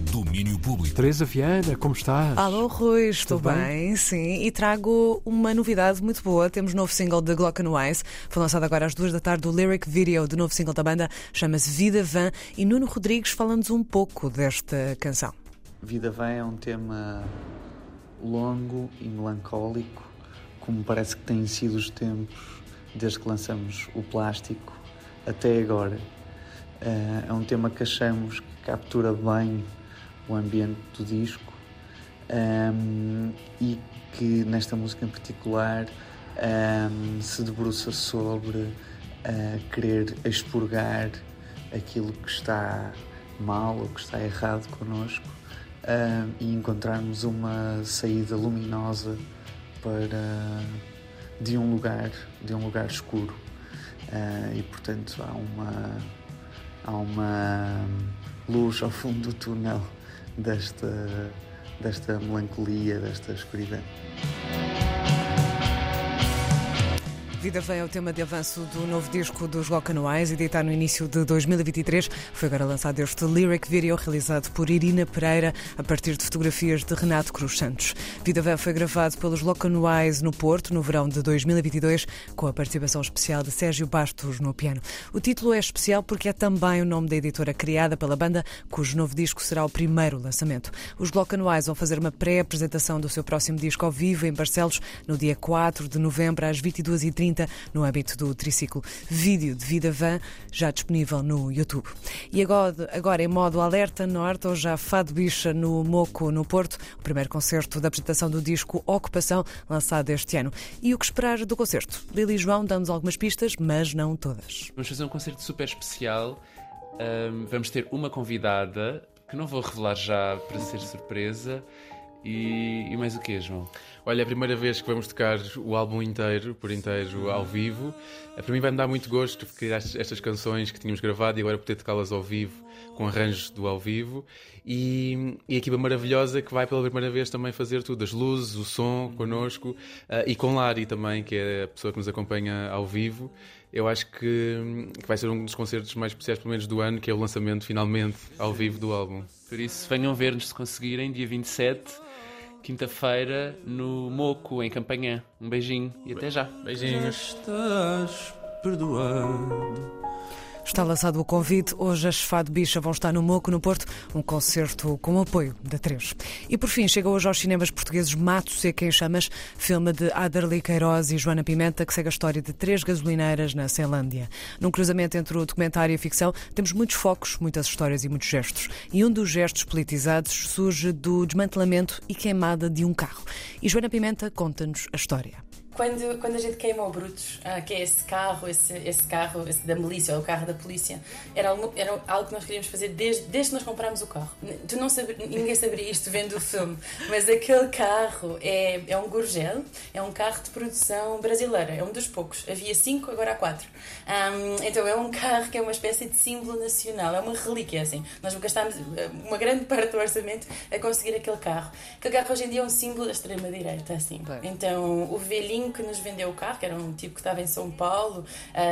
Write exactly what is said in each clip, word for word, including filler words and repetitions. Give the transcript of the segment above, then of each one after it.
Domínio Público. Teresa Vieira, como estás? Alô, Rui, estou Tudo bem? bem, sim, e trago uma novidade muito boa. Temos novo single de Glock and Wise, foi lançado agora às duas da tarde. O lyric video do novo single da banda chama-se Vida Vã, e Nuno Rodrigues fala-nos um pouco desta canção. Vida Vã é um tema longo e melancólico, como parece que têm sido os tempos desde que lançamos o Plástico até agora. É um tema que achamos que captura bem o ambiente do disco, um, e que nesta música em particular um, se debruça sobre uh, querer expurgar aquilo que está mal ou que está errado connosco, um, e encontrarmos uma saída luminosa para de um lugar de um lugar escuro, uh, e portanto há uma há uma luz ao fundo do túnel desta, desta melancolia, desta escuridão. Vida Vã é o tema de avanço do novo disco dos Glock and Wise, editado no início de dois mil e vinte e três. Foi agora lançado este lyric video realizado por Irina Pereira a partir de fotografias de Renato Cruz Santos. Vida Vã foi gravado pelos Glock and Wise no Porto no verão de dois mil e vinte e dois, com a participação especial de Sérgio Bastos no piano. O título é especial porque é também o nome da editora criada pela banda, cujo novo disco será o primeiro lançamento. Os Glock and Wise vão fazer uma pré-apresentação do seu próximo disco ao vivo em Barcelos no dia quatro de novembro às vinte e duas e trinta, no âmbito do triciclo Vídeo de Vida Vã, já disponível no YouTube. E agora, agora em modo alerta norte, hoje há Fado Bicha no Moco, no Porto, o primeiro concerto da apresentação do disco Ocupação, lançado este ano. E o que esperar do concerto? Lili e João dão-nos algumas pistas, mas não todas. Vamos fazer um concerto super especial. Um, vamos ter uma convidada, que não vou revelar já para ser surpresa. E, e mais o quê, João? Olha, é a primeira vez que vamos tocar o álbum inteiro, por inteiro, ao vivo. Para mim vai-me dar muito gosto, porque estas canções que tínhamos gravado e agora poder tocá-las ao vivo, com arranjos do ao vivo. E, e a equipa maravilhosa que vai pela primeira vez também fazer tudo, as luzes, o som, connosco, uh, e com Lari também, que é a pessoa que nos acompanha ao vivo. Eu acho que, que vai ser um dos concertos mais especiais, pelo menos do ano, que é o lançamento, finalmente, ao vivo do álbum. Por isso, venham ver-nos se conseguirem, dia vinte e sete, quinta-feira, no Moco, em Campanhã. Um beijinho e até já. Beijinhos. Estás perdoado. Está lançado o convite. Hoje as Fado Bicha vão estar no Moco, no Porto, um concerto com o apoio da três. E por fim, chega hoje aos cinemas portugueses Mato Seco em Chamas, filme de Aderli Queiroz e Joana Pimenta, que segue a história de três gasolineiras na Ceilândia. Num cruzamento entre o documentário e a ficção, temos muitos focos, muitas histórias e muitos gestos. E um dos gestos politizados surge do desmantelamento e queimada de um carro. E Joana Pimenta conta-nos a história. Quando, quando a gente queimou o Brutus, ah, que é esse carro, esse, esse carro esse da milícia, ou o carro da polícia, era algo, era algo que nós queríamos fazer desde, desde que nós comprámos o carro. Tu não saber, ninguém saberia isto vendo o filme, mas aquele carro é, é um Gurgel, é um carro de produção brasileira, é um dos poucos. Havia cinco, agora há quatro. Um, então é um carro que é uma espécie de símbolo nacional, é uma relíquia, assim. Nós gastámos uma grande parte do orçamento a conseguir aquele carro. Aquele carro hoje em dia é um símbolo da extrema-direita, assim. Bem. Então o velhinho que nos vendeu o carro, que era um tipo que estava em São Paulo,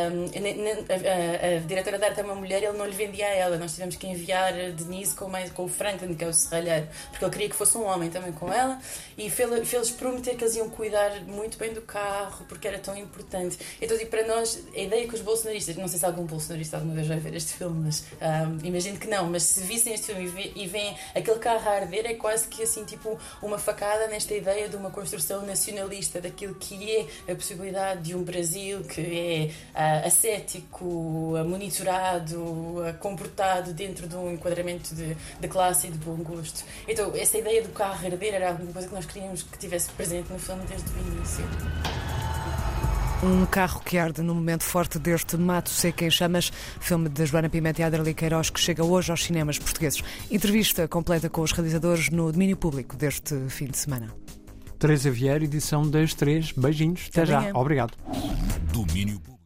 um, a, a, a diretora de arte é uma mulher, ele não lhe vendia a ela. Nós tivemos que enviar a Denise com, mais, com o Franklin, que é o serralheiro, porque ele queria que fosse um homem também com ela, e fez-lhes prometer que eles iam cuidar muito bem do carro, porque era tão importante. Então, tipo, para nós, a ideia que os bolsonaristas, não sei se algum bolsonarista alguma vez vai ver este filme, mas um, imagino que não, mas se vissem este filme e veem aquele carro a arder, é quase que assim, tipo, uma facada nesta ideia de uma construção nacionalista daquilo que é a possibilidade de um Brasil que é uh, ascético, uh, monitorado, uh, comportado dentro de um enquadramento de, de classe e de bom gosto. Então, essa ideia do carro arder era alguma coisa que nós queríamos que tivesse presente no filme desde o início. Um carro que arde no momento forte deste Mato Seco em Chamas, filme de Joana Pimenta e Aderli Queiroz, que chega hoje aos cinemas portugueses. Entrevista completa com os realizadores no domínio público deste fim de semana. Teresa Vieira, edição das três. Beijinhos. Até, Até já. Obrigado. Domínio